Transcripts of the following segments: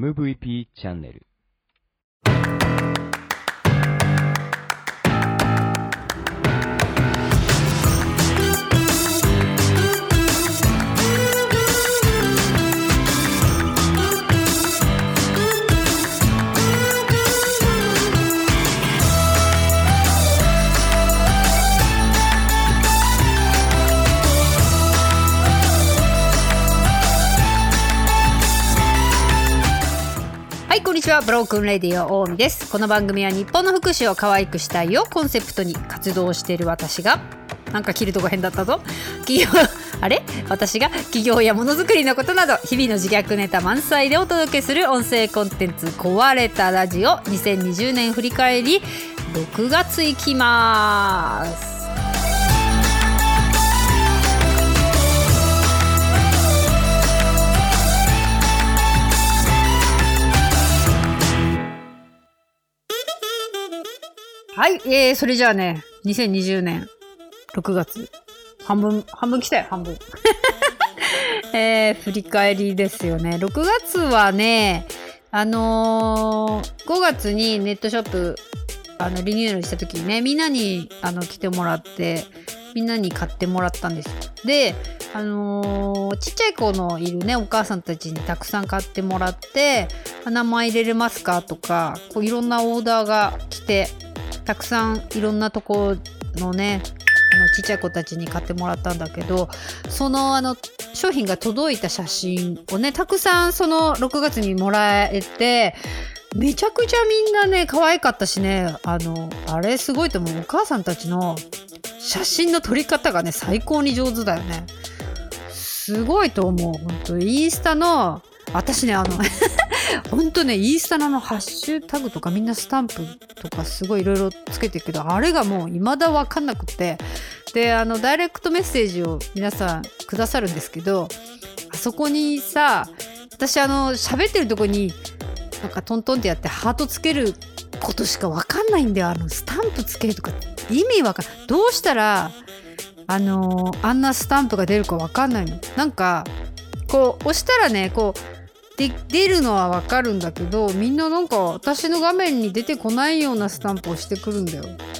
MVP チャンネル。 こんにちは、ブロークンレディオ大海です。この番組は日本の福祉を可愛くしたいをコンセプトに活動している私が、なんか切るとこ変だったぞ。私が企業やものづくりのことなど日々の自虐ネタ満載でお届けする音声コンテンツ壊れたラジオ2020年振り返り6月いきます。はい、それじゃあね、2020年6月半分来たよ、半分振り返りですよね。6月はね、5月にネットショップリニューアルした時にね、みんなに来てもらって、みんなに買ってもらったんですよ。で、ちっちゃい子のいるねお母さんたちにたくさん買ってもらって、名前入れれますかとか、こういろんなオーダーが来て、たくさんいろんなとこのねちっちゃい子たちに買ってもらったんだけど、その商品が届いた写真をねたくさんその6月にもらえて、めちゃくちゃみんなね可愛かったしね、あれすごいと思う。お母さんたちの写真の撮り方がね最高に上手だよね。すごいと思う。本当インスタの私ね本当ね、インスタのハッシュタグとかみんなスタンプとかすごいいろいろつけてるけど、あれがもう未だ分かんなくて、でダイレクトメッセージを皆さんくださるんですけど、あそこにさ、私喋ってるとこになんかトントンってやってハートつけることしか分かんないんだよ。スタンプつけるとか意味分かんない。どうしたらあんなスタンプが出るか分かんないの。なんかこう押したらね、こうで出るのはわかるんだけど、みんななんか私の画面に出てこないようなスタンプをしてくるんだよ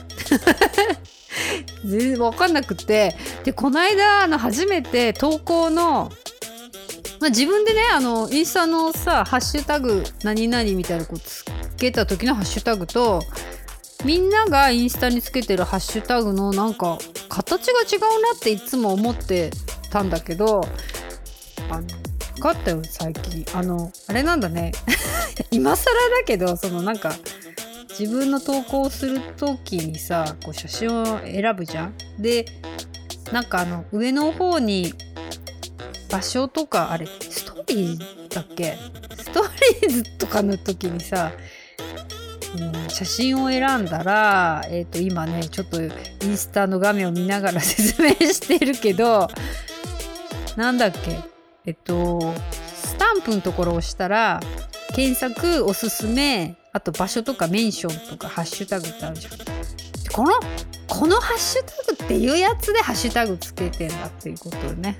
全然わかんなくて、でこの間初めて投稿の、自分でねインスタのさハッシュタグ何々みたいなこうつけた時のハッシュタグと、みんながインスタにつけてるハッシュタグのなんか形が違うなっていつも思ってたんだけど、分かったよ最近。あれなんだね今更だけど、なんか自分の投稿するときにさ、こう写真を選ぶじゃん。でなんか上の方に場所とか、あれストーリーだっけ、ストーリーズとかの時にさ、写真を選んだら、今ねちょっとインスタの画面を見ながら説明してるけど、なんだっけ、スタンプのところを押したら検索、おすすめ、あと場所とかメンションとかハッシュタグってあるじゃん。このハッシュタグっていうやつでハッシュタグつけてんだっていうことよね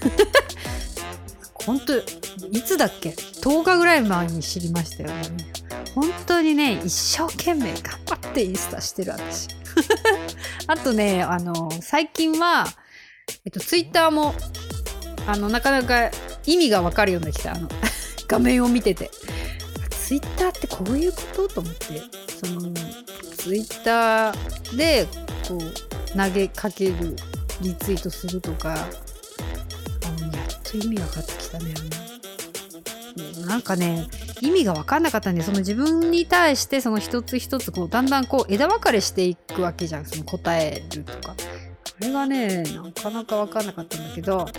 本当いつだっけ、10日ぐらい前に知りましたよね。本当にね一生懸命頑張ってインスタしてる私あとね最近はツイッターもなかなか意味が分かるようになってきた。画面を見てて、ツイッターってこういうことと思って、ツイッターでこう投げかける、リツイートするとか、やっと意味が分かってきたね。なんかね意味が分かんなかったんで、自分に対して一つ一つこうだんだんこう枝分かれしていくわけじゃん。答えるとか、あれがねなかなか分かんなかったんだけど、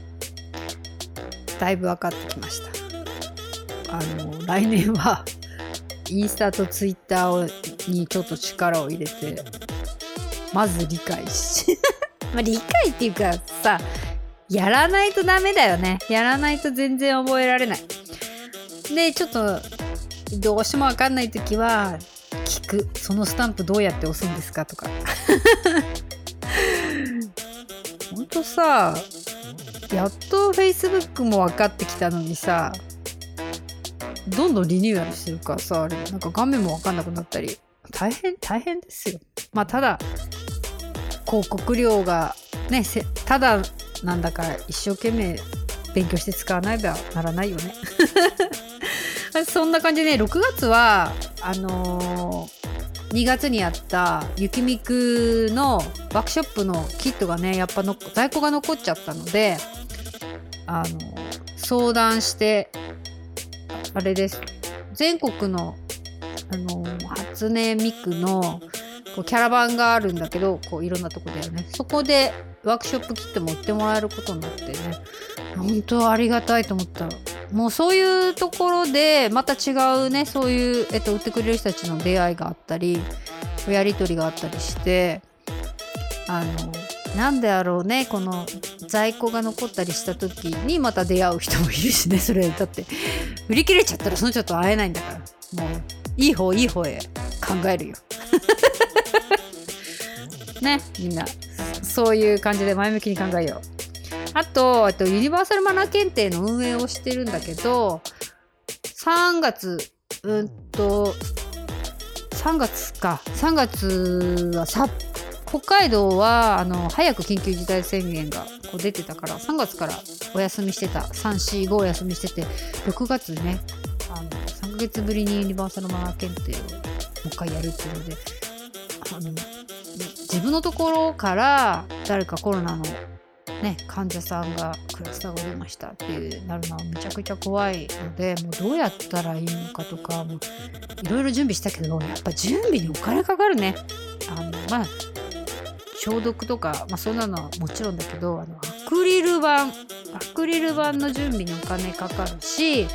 だいぶ分かってきました。来年はインスタとツイッターにちょっと力を入れて、まず理解し理解っていうかさ、やらないとダメだよね。やらないと全然覚えられない。でちょっとどうしても分かんないときは聞く。そのスタンプどうやって押すんですかとかほんとさ、やっと Facebook も分かってきたのにさ、 どんどんリニューアルしてるからさ、あれなんか画面もわかんなくなったり大変ですよ。まあただ広告料がねただなんだから一生懸命勉強して使わないばならないよねそんな感じでね、6月は2月にやった雪みくのワークショップのキットがねやっぱ在庫が残っちゃったので相談してあれです、全国の初音ミクのこうキャラバンがあるんだけど、こういろんなとこだよね、そこでワークショップキットも売ってもらえることになってね、本当ありがたいと思った。もうそういうところでまた違うね、そういう、売ってくれる人たちの出会いがあったりやり取りがあったりして、なんであろうね、この在庫が残ったりした時にまた出会う人もいるしね。それだって売り切れちゃったらその人と会えないんだから、もういい方へ考えるよね、みんなそういう感じで前向きに考えよう。あとユニバーサルマナー検定の運営をしてるんだけど、3月は北海道は早く緊急事態宣言がこう出てたから3月からお休みしてた、3、4、5お休みしてて、6月にね3ヶ月ぶりにユニバーサルマナー検定をもう一回やるっていうので、自分のところから誰かコロナのね、患者さんがクラスターが出ましたってなるのはめちゃくちゃ怖いので、もうどうやったらいいのかとかもいろいろ準備したけど、やっぱ準備にお金かかるね。消毒とか、そんなのはもちろんだけど、アクリル板の準備にお金かかるし、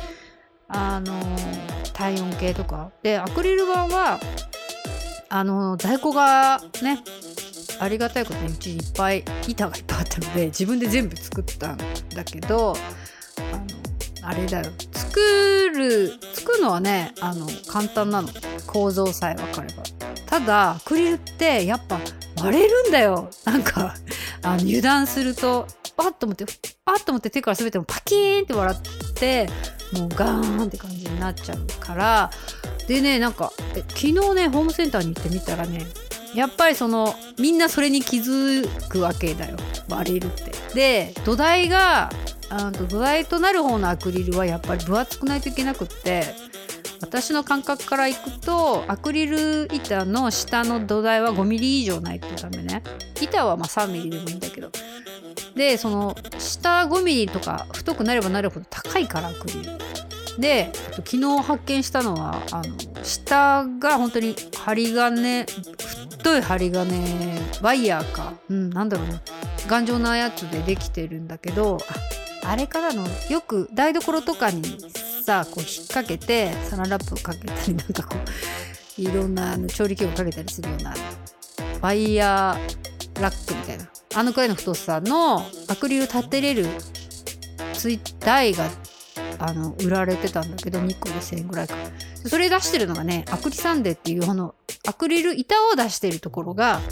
体温計とかで、アクリル板は在庫がね、ありがたいことにうちに板がいっぱいあったので自分で全部作ったんだけど、あれだよ、作るのはね簡単なの、構造さえ分かれば。ただアクリルってやっぱ割れるんだよ。なんか油断するとパッと思って手から全てもパキーンって笑ってもうガーンって感じになっちゃうからでね、なんか昨日ねホームセンターに行ってみたらね、やっぱりみんなそれに気づくわけだよ、割れるって。で土台となる方のアクリルはやっぱり分厚くないといけなくって、私の感覚からいくとアクリル板の下の土台は5ミリ以上ないとダメね。板は3ミリでもいいんだけど、でその下5ミリとか太くなればなるほど高いからアクリルで、昨日発見したのは下が本当に太い針金ワイヤーか、なんだろうな、頑丈なやつでできてるんだけど、あれからのよく台所とかにさこう引っ掛けてサランラップをかけたりなんかこういろんな調理器具をかけたりするようなワイヤーラックみたいなくらいの太さのアクリル立てれる台が売られてたんだけど、2個で1000円ぐらいか。それ出してるのがね、アクリサンデーっていうアクリル板を出してるところが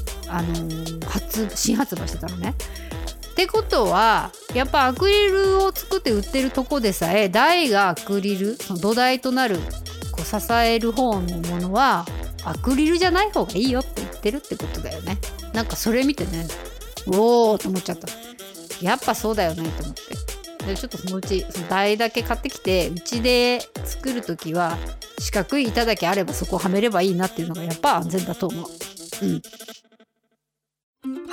新発売してたのね。ってことはやっぱアクリルを作って売ってるとこでさえ台がアクリル、その土台となるこう支える方のものはアクリルじゃない方がいいよって言ってるってことだよね。なんかそれ見てね、おーと思っちゃった。やっぱそうだよねと思って、でちょっとそのうちその台だけ買ってきてうちで作るときは四角い板だけあればそこをはめればいいなっていうのがやっぱ安全だと思う。はい、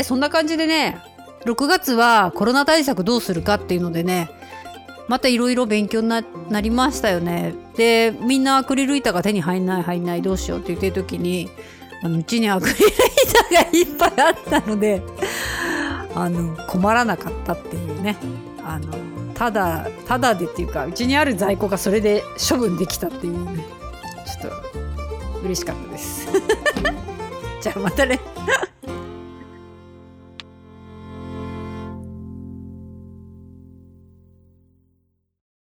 そんな感じでね、6月はコロナ対策どうするかっていうのでね、またいろいろ勉強に なりましたよね。でみんなアクリル板が手に入んないどうしようって言ってる時にうちにアクリル板がいっぱいあったので困らなかったっていうね、ただでっていうかうちにある在庫がそれで処分できたっていうね、ちょっと嬉しかったですじゃあまたね。